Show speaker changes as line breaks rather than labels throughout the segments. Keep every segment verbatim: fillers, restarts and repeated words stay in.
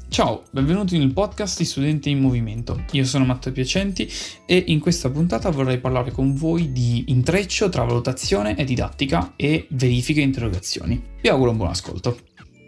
Ciao, benvenuti nel podcast di Studenti in Movimento. Io sono Matteo Piacenti e in questa puntata vorrei parlare con voi di intreccio tra valutazione e didattica e verifiche e interrogazioni. Vi auguro un buon ascolto.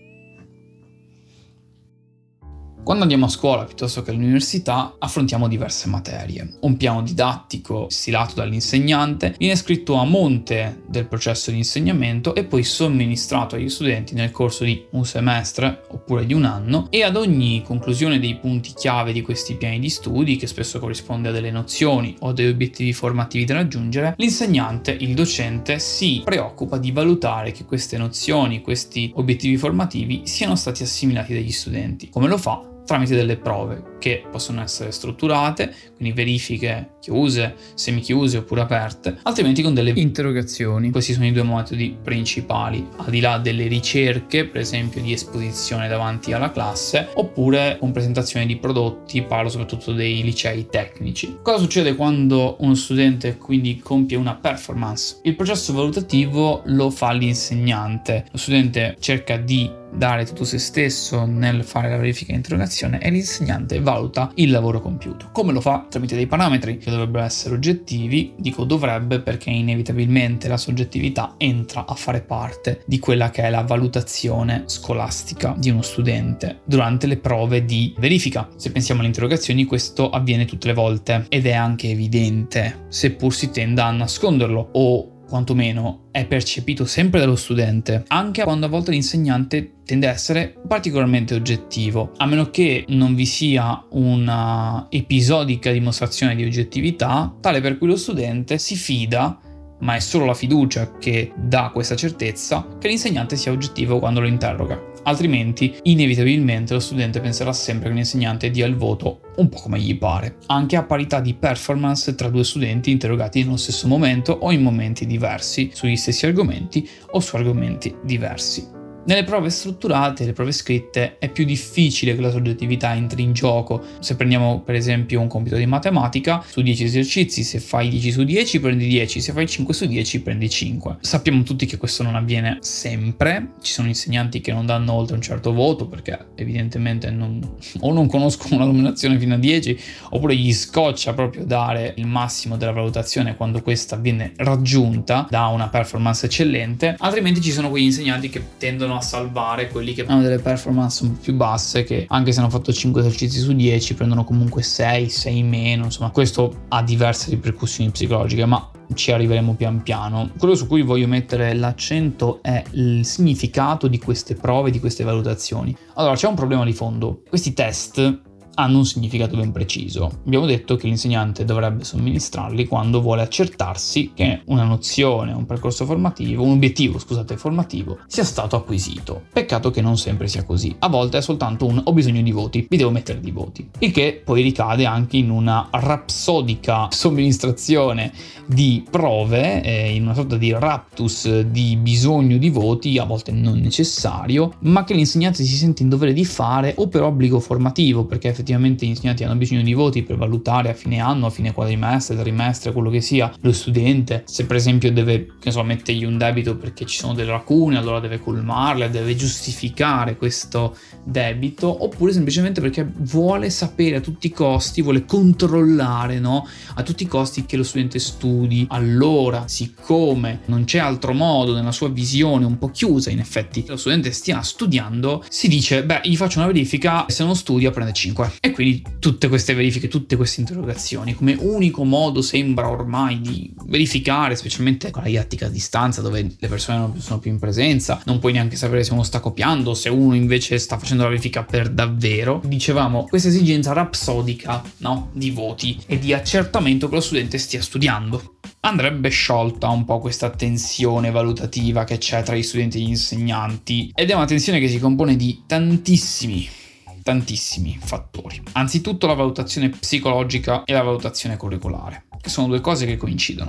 Quando andiamo a scuola piuttosto che all'università affrontiamo diverse materie. Un piano didattico stilato dall'insegnante viene scritto a monte del processo di insegnamento e poi somministrato agli studenti nel corso di un semestre oppure di un anno, e ad ogni conclusione dei punti chiave di questi piani di studi, che spesso corrisponde a delle nozioni o degli obiettivi formativi da raggiungere, l'insegnante, il docente, si preoccupa di valutare che queste nozioni, questi obiettivi formativi siano stati assimilati dagli studenti. Come lo fa? Tramite delle prove che possono essere strutturate, quindi verifiche chiuse, semichiuse oppure aperte, altrimenti con delle interrogazioni. Questi sono i due metodi principali, al di là delle ricerche, per esempio di esposizione davanti alla classe, oppure con presentazione di prodotti. Parlo soprattutto dei licei tecnici. Cosa succede quando uno studente quindi compie una performance? Il processo valutativo lo fa l'insegnante. Lo studente cerca di dare tutto se stesso nel fare la verifica e interrogazione e l'insegnante valuta il lavoro compiuto. Come lo fa? Tramite dei parametri che dovrebbero essere oggettivi. Dico dovrebbe perché inevitabilmente la soggettività entra a fare parte di quella che è la valutazione scolastica di uno studente durante le prove di verifica. Se pensiamo alle interrogazioni, questo avviene tutte le volte ed è anche evidente, seppur si tenda a nasconderlo o quantomeno è percepito sempre dallo studente, anche quando a volte l'insegnante tende a essere particolarmente oggettivo, a meno che non vi sia una episodica dimostrazione di oggettività tale per cui lo studente si fida, ma è solo la fiducia che dà questa certezza, che l'insegnante sia oggettivo quando lo interroga. Altrimenti, inevitabilmente, lo studente penserà sempre che l'insegnante dia il voto un po' come gli pare, anche a parità di performance tra due studenti interrogati nello stesso momento o in momenti diversi, sugli stessi argomenti o su argomenti diversi. Nelle prove strutturate, le prove scritte, è più difficile che la soggettività entri in gioco. Se prendiamo per esempio un compito di matematica, su dieci esercizi, se fai dieci su dieci prendi dieci, se fai cinque su dieci prendi cinque. Sappiamo tutti che questo non avviene sempre, ci sono insegnanti che non danno oltre un certo voto perché evidentemente non, o non conoscono una numerazione fino a dieci, oppure gli scoccia proprio dare il massimo della valutazione quando questa viene raggiunta da una performance eccellente. Altrimenti ci sono quegli insegnanti che tendono a salvare quelli che hanno delle performance un po' più basse, che anche se hanno fatto cinque esercizi su dieci prendono comunque sei, sei meno. Insomma, questo ha diverse ripercussioni psicologiche, ma ci arriveremo pian piano. Quello su cui voglio mettere l'accento è il significato di queste prove, di queste valutazioni. Allora, c'è un problema di fondo. Questi test hanno un significato ben preciso. Abbiamo detto che l'insegnante dovrebbe somministrarli quando vuole accertarsi che una nozione, un percorso formativo, un obiettivo, scusate, formativo, sia stato acquisito. Peccato che non sempre sia così. A volte è soltanto un ho bisogno di voti, vi devo mettere di voti. Il che poi ricade anche in una rapsodica somministrazione di prove, eh, in una sorta di raptus di bisogno di voti, a volte non necessario, ma che l'insegnante si sente in dovere di fare o per obbligo formativo, perché effettivamente Effettivamente gli insegnanti hanno bisogno di voti per valutare a fine anno, a fine quadrimestre, trimestre, quello che sia, lo studente. Se per esempio deve, che so, mettergli un debito perché ci sono delle lacune, allora deve colmarle, deve giustificare questo debito, oppure semplicemente perché vuole sapere a tutti i costi, vuole controllare, no, a tutti i costi che lo studente studi. Allora, siccome non c'è altro modo nella sua visione un po' chiusa, in effetti, lo studente stia studiando, si dice, beh, gli faccio una verifica, se non studia prende cinque. E quindi tutte queste verifiche, tutte queste interrogazioni, come unico modo sembra ormai di verificare, specialmente con la didattica a distanza dove le persone non sono più in presenza, non puoi neanche sapere se uno sta copiando, se uno invece sta facendo la verifica per davvero. Dicevamo, questa esigenza rapsodica, no, di voti e di accertamento che lo studente stia studiando. Andrebbe sciolta un po' questa tensione valutativa che c'è tra gli studenti e gli insegnanti, ed è una tensione che si compone di tantissimi tantissimi fattori. Anzitutto la valutazione psicologica e la valutazione curricolare, che sono due cose che coincidono.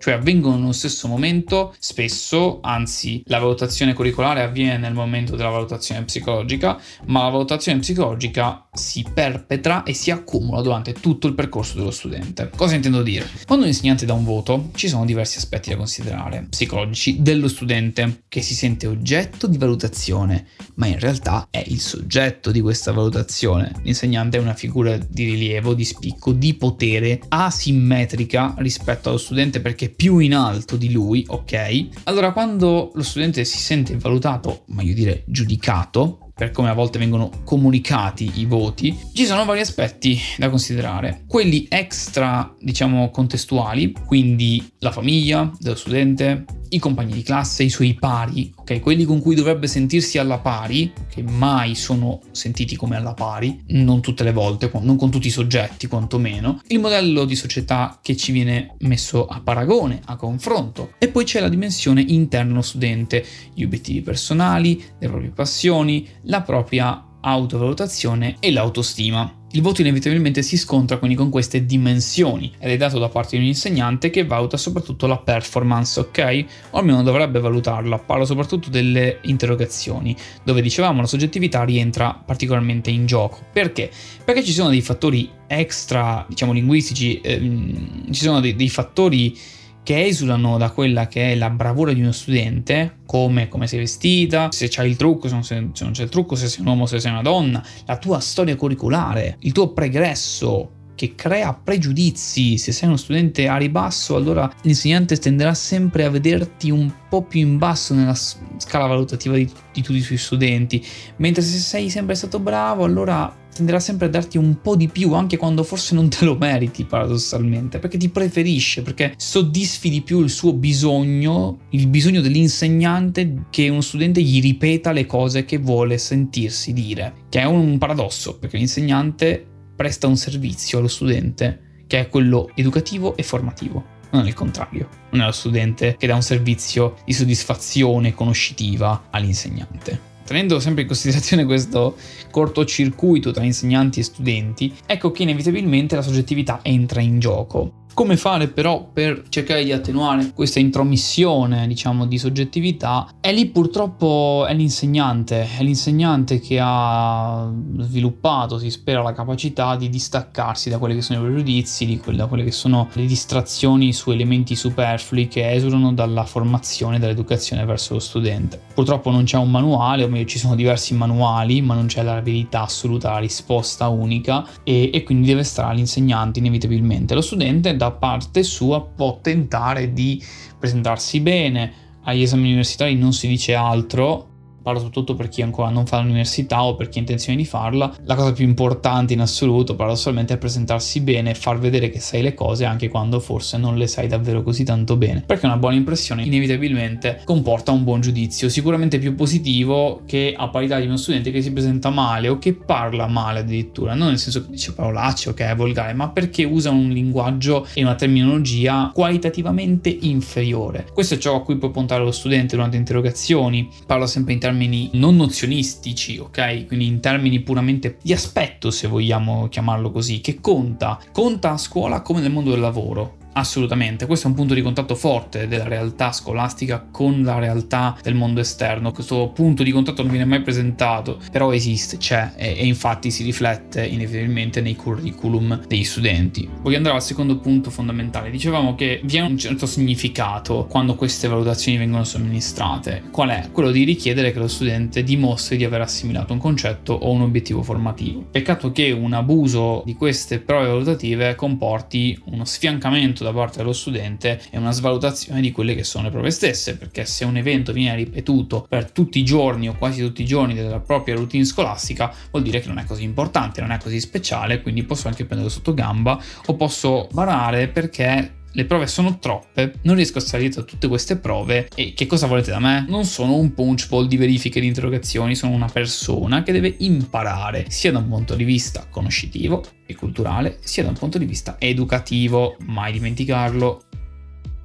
cioè avvengono nello stesso momento, spesso, anzi la valutazione curricolare avviene nel momento della valutazione psicologica, ma la valutazione psicologica si perpetra e si accumula durante tutto il percorso dello studente. Cosa intendo dire? Quando un insegnante dà un voto, ci sono diversi aspetti da considerare, psicologici, dello studente, che si sente oggetto di valutazione, ma in realtà è il soggetto di questa valutazione. L'insegnante è una figura di rilievo, di spicco, di potere, asimmetrica rispetto allo studente perché è più in alto di lui, ok? Allora quando lo studente si sente valutato, meglio dire giudicato, per come a volte vengono comunicati i voti, ci sono vari aspetti da considerare. Quelli extra, diciamo, contestuali, quindi la famiglia dello studente, i compagni di classe, i suoi pari, ok? Quelli con cui dovrebbe sentirsi alla pari, che mai sono sentiti come alla pari, non tutte le volte, non con tutti i soggetti quantomeno. Il modello di società che ci viene messo a paragone, a confronto. E poi c'è la dimensione interna allo studente, gli obiettivi personali, le proprie passioni, la propria autovalutazione e l'autostima. Il voto inevitabilmente si scontra quindi con queste dimensioni ed è dato da parte di un insegnante che valuta soprattutto la performance, ok? O almeno dovrebbe valutarla. Parlo soprattutto delle interrogazioni, dove dicevamo la soggettività rientra particolarmente in gioco. Perché? Perché ci sono dei fattori extra, diciamo linguistici, ehm, ci sono dei, dei fattori che esulano da quella che è la bravura di uno studente, come come sei vestita, se c'hai il trucco, se non, se non c'è il trucco, se sei un uomo, se sei una donna, la tua storia curricolare, il tuo pregresso che crea pregiudizi. Se sei uno studente a ribasso, allora l'insegnante tenderà sempre a vederti un po' più in basso nella scala valutativa di, di tutti i suoi studenti, mentre se sei sempre stato bravo, allora tenderà sempre a darti un po' di più, anche quando forse non te lo meriti, paradossalmente, perché ti preferisce, perché soddisfi di più il suo bisogno, il bisogno dell'insegnante che uno studente gli ripeta le cose che vuole sentirsi dire, che è un paradosso, perché l'insegnante presta un servizio allo studente che è quello educativo e formativo, non il contrario. Non è lo studente che dà un servizio di soddisfazione conoscitiva all'insegnante. Tenendo sempre in considerazione questo cortocircuito tra insegnanti e studenti, ecco che inevitabilmente la soggettività entra in gioco. Come fare però per cercare di attenuare questa intromissione, diciamo, di soggettività? E lì purtroppo è l'insegnante, è l'insegnante che ha sviluppato, si spera, la capacità di distaccarsi da quelli che sono i pregiudizi, di quelle, da quelle che sono le distrazioni su elementi superflui che esulano dalla formazione, dall'educazione verso lo studente. Purtroppo non c'è un manuale, o meglio ci sono diversi manuali, ma non c'è la verità assoluta, la risposta unica, e, e quindi deve stare all'insegnante inevitabilmente. Lo studente da parte sua può tentare di presentarsi bene, agli esami universitari non si dice altro, parlo soprattutto per chi ancora non fa l'università o per chi ha intenzione di farla. La cosa più importante in assoluto paradossalmente è presentarsi bene e far vedere che sai le cose anche quando forse non le sai davvero così tanto bene, perché una buona impressione inevitabilmente comporta un buon giudizio, sicuramente più positivo che a parità di uno studente che si presenta male o che parla male addirittura, non nel senso che dice parolacce o che è volgare, ma perché usa un linguaggio e una terminologia qualitativamente inferiore. Questo è ciò a cui può puntare lo studente durante interrogazioni. Parlo sempre in termini non nozionistici, ok? Quindi in termini puramente di aspetto, se vogliamo chiamarlo così, che conta. Conta a scuola come nel mondo del lavoro. Assolutamente, questo è un punto di contatto forte della realtà scolastica con la realtà del mondo esterno. Questo punto di contatto non viene mai presentato, però esiste, c'è e, e infatti si riflette inevitabilmente nei curriculum degli studenti. Voglio andare al secondo punto fondamentale. Dicevamo che vi è un certo significato quando queste valutazioni vengono somministrate. Qual è? Quello di richiedere che lo studente dimostri di aver assimilato un concetto o un obiettivo formativo. Peccato che un abuso di queste prove valutative comporti uno sfiancamento da parte dello studente e una svalutazione di quelle che sono le prove stesse, perché se un evento viene ripetuto per tutti i giorni o quasi tutti i giorni della propria routine scolastica, vuol dire che non è così importante, non è così speciale, quindi posso anche prenderlo sotto gamba o posso barare perché le prove sono troppe, non riesco a stare dietro a tutte queste prove e che cosa volete da me? Non sono un punch bowl di verifiche e di interrogazioni, sono una persona che deve imparare sia da un punto di vista conoscitivo e culturale sia da un punto di vista educativo, mai dimenticarlo.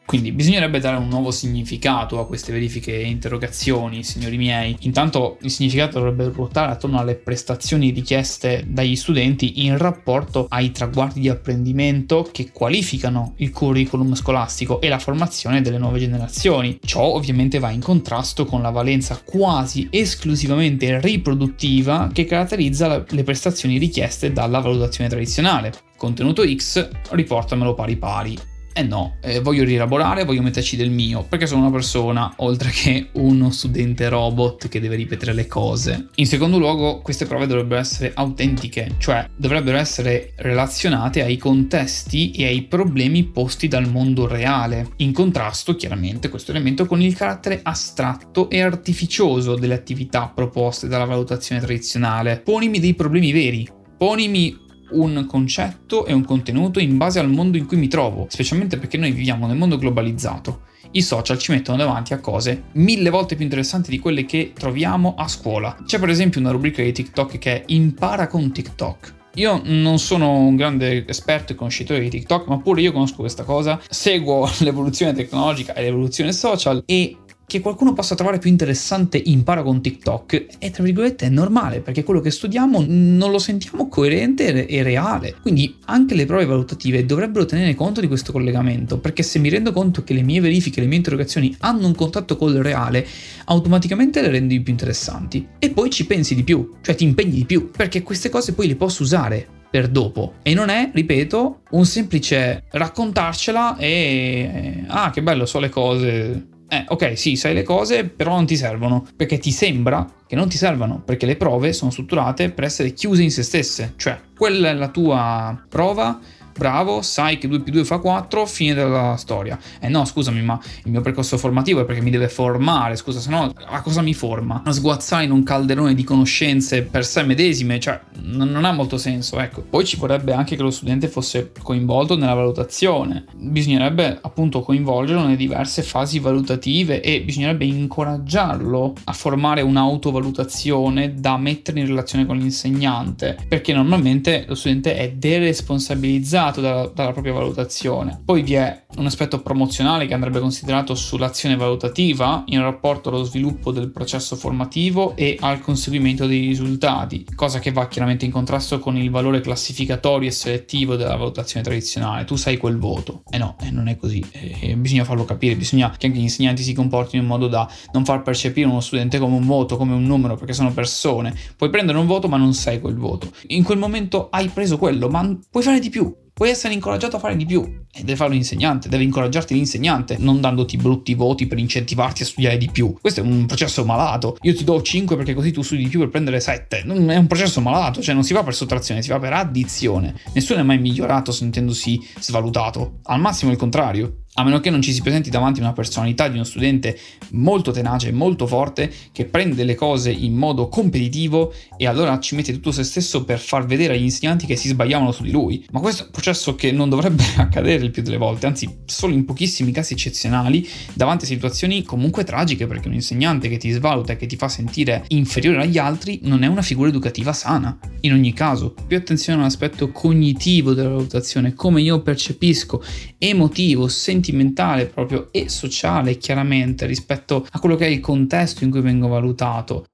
Quindi bisognerebbe dare un nuovo significato a queste verifiche e interrogazioni, signori miei. Intanto il significato dovrebbe ruotare attorno alle prestazioni richieste dagli studenti in rapporto ai traguardi di apprendimento che qualificano il curriculum scolastico e la formazione delle nuove generazioni. Ciò ovviamente va in contrasto con la valenza quasi esclusivamente riproduttiva che caratterizza le prestazioni richieste dalla valutazione tradizionale. Contenuto X, riportamelo pari pari. Eh no, eh, voglio rielaborare, voglio metterci del mio, perché sono una persona, oltre che uno studente robot che deve ripetere le cose. In secondo luogo, queste prove dovrebbero essere autentiche, cioè dovrebbero essere relazionate ai contesti e ai problemi posti dal mondo reale, in contrasto, chiaramente, questo elemento con il carattere astratto e artificioso delle attività proposte dalla valutazione tradizionale. Ponimi dei problemi veri, ponimi un concetto e un contenuto in base al mondo in cui mi trovo, specialmente perché noi viviamo nel mondo globalizzato. I social ci mettono davanti a cose mille volte più interessanti di quelle che troviamo a scuola. C'è per esempio una rubrica di TikTok che è Impara con TikTok. Io non sono un grande esperto e conoscitore di TikTok, ma pure io conosco questa cosa, seguo l'evoluzione tecnologica e l'evoluzione social, e che qualcuno possa trovare più interessante Impara con TikTok è, tra virgolette, è normale, perché quello che studiamo non lo sentiamo coerente e reale. Quindi anche le prove valutative dovrebbero tenere conto di questo collegamento, perché se mi rendo conto che le mie verifiche, le mie interrogazioni hanno un contatto col reale, automaticamente le rendi più interessanti. E poi ci pensi di più, cioè ti impegni di più, perché queste cose poi le posso usare per dopo, e non è, ripeto, un semplice raccontarcela e ah, che bello, so le cose. Eh, ok, sì, sai le cose, però non ti servono, perché ti sembra che non ti servano, perché le prove sono strutturate per essere chiuse in se stesse, cioè quella è la tua prova, bravo, sai che due più due fa quattro, fine della storia. Eh no, scusami, ma il mio percorso formativo è perché mi deve formare, scusa, se no a cosa mi forma? A sguazzare in un calderone di conoscenze per sé medesime, cioè non, non ha molto senso, ecco. Poi ci vorrebbe anche che lo studente fosse coinvolto nella valutazione, bisognerebbe appunto coinvolgerlo nelle diverse fasi valutative e bisognerebbe incoraggiarlo a formare un'autovalutazione da mettere in relazione con l'insegnante, perché normalmente lo studente è deresponsabilizzato Dalla, dalla propria valutazione. Poi vi è un aspetto promozionale che andrebbe considerato sull'azione valutativa in rapporto allo sviluppo del processo formativo e al conseguimento dei risultati, cosa che va chiaramente in contrasto con il valore classificatorio e selettivo della valutazione tradizionale. Tu sai quel voto. Eh no, eh, non è così. Eh, bisogna farlo capire, bisogna che anche gli insegnanti si comportino in modo da non far percepire uno studente come un voto, come un numero, perché sono persone. Puoi prendere un voto ma non sei quel voto. In quel momento hai preso quello, ma puoi fare di più. Puoi essere incoraggiato a fare di più, e deve farlo l'insegnante, deve incoraggiarti l'insegnante, non dandoti brutti voti per incentivarti a studiare di più. Questo è un processo malato. Io ti do cinque perché così tu studi di più per prendere sette. Non è un processo malato, cioè non si va per sottrazione, si va per addizione. Nessuno è mai migliorato sentendosi svalutato, al massimo il contrario. A meno che non ci si presenti davanti una personalità di uno studente molto tenace, molto forte, che prende le cose in modo competitivo e allora ci mette tutto se stesso per far vedere agli insegnanti che si sbagliavano su di lui. Ma questo è un processo che non dovrebbe accadere il più delle volte, anzi solo in pochissimi casi eccezionali, davanti a situazioni comunque tragiche, perché un insegnante che ti svaluta e che ti fa sentire inferiore agli altri non è una figura educativa sana. In ogni caso, più attenzione all'aspetto cognitivo della valutazione, come io percepisco, emotivo, sentimentale, sentimentale proprio e sociale, chiaramente, rispetto a quello che è il contesto in cui vengo valutato.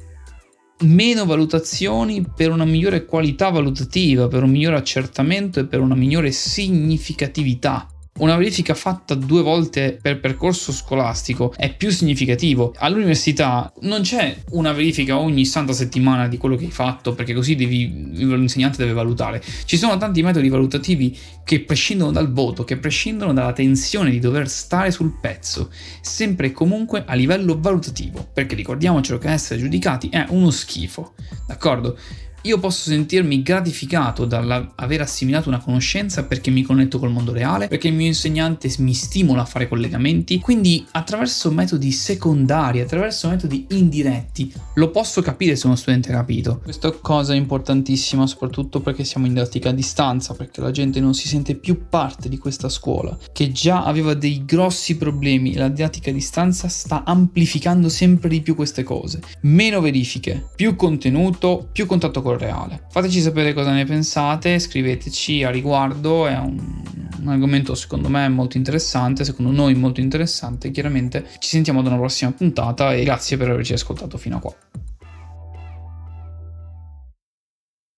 Meno valutazioni per una migliore qualità valutativa, per un migliore accertamento e per una migliore significatività. Una verifica fatta due volte per percorso scolastico è più significativo. All'università non c'è una verifica ogni santa settimana di quello che hai fatto, perché così devi, l'insegnante deve valutare. Ci sono tanti metodi valutativi che prescindono dal voto, che prescindono dalla tensione di dover stare sul pezzo, sempre e comunque a livello valutativo, perché ricordiamocelo che essere giudicati è uno schifo, d'accordo? Io posso sentirmi gratificato dall'aver assimilato una conoscenza perché mi connetto col mondo reale, perché il mio insegnante mi stimola a fare collegamenti, quindi attraverso metodi secondari, attraverso metodi indiretti, lo posso capire se uno studente ha capito. Questa cosa è importantissima, soprattutto perché siamo in didattica a distanza, perché la gente non si sente più parte di questa scuola, che già aveva dei grossi problemi, e la didattica a distanza sta amplificando sempre di più queste cose. Meno verifiche, più contenuto, più contatto con reale. Fateci sapere cosa ne pensate, scriveteci a riguardo, è un, un argomento secondo me molto interessante, secondo noi molto interessante. Chiaramente ci sentiamo ad una prossima puntata e grazie per averci ascoltato fino a qua.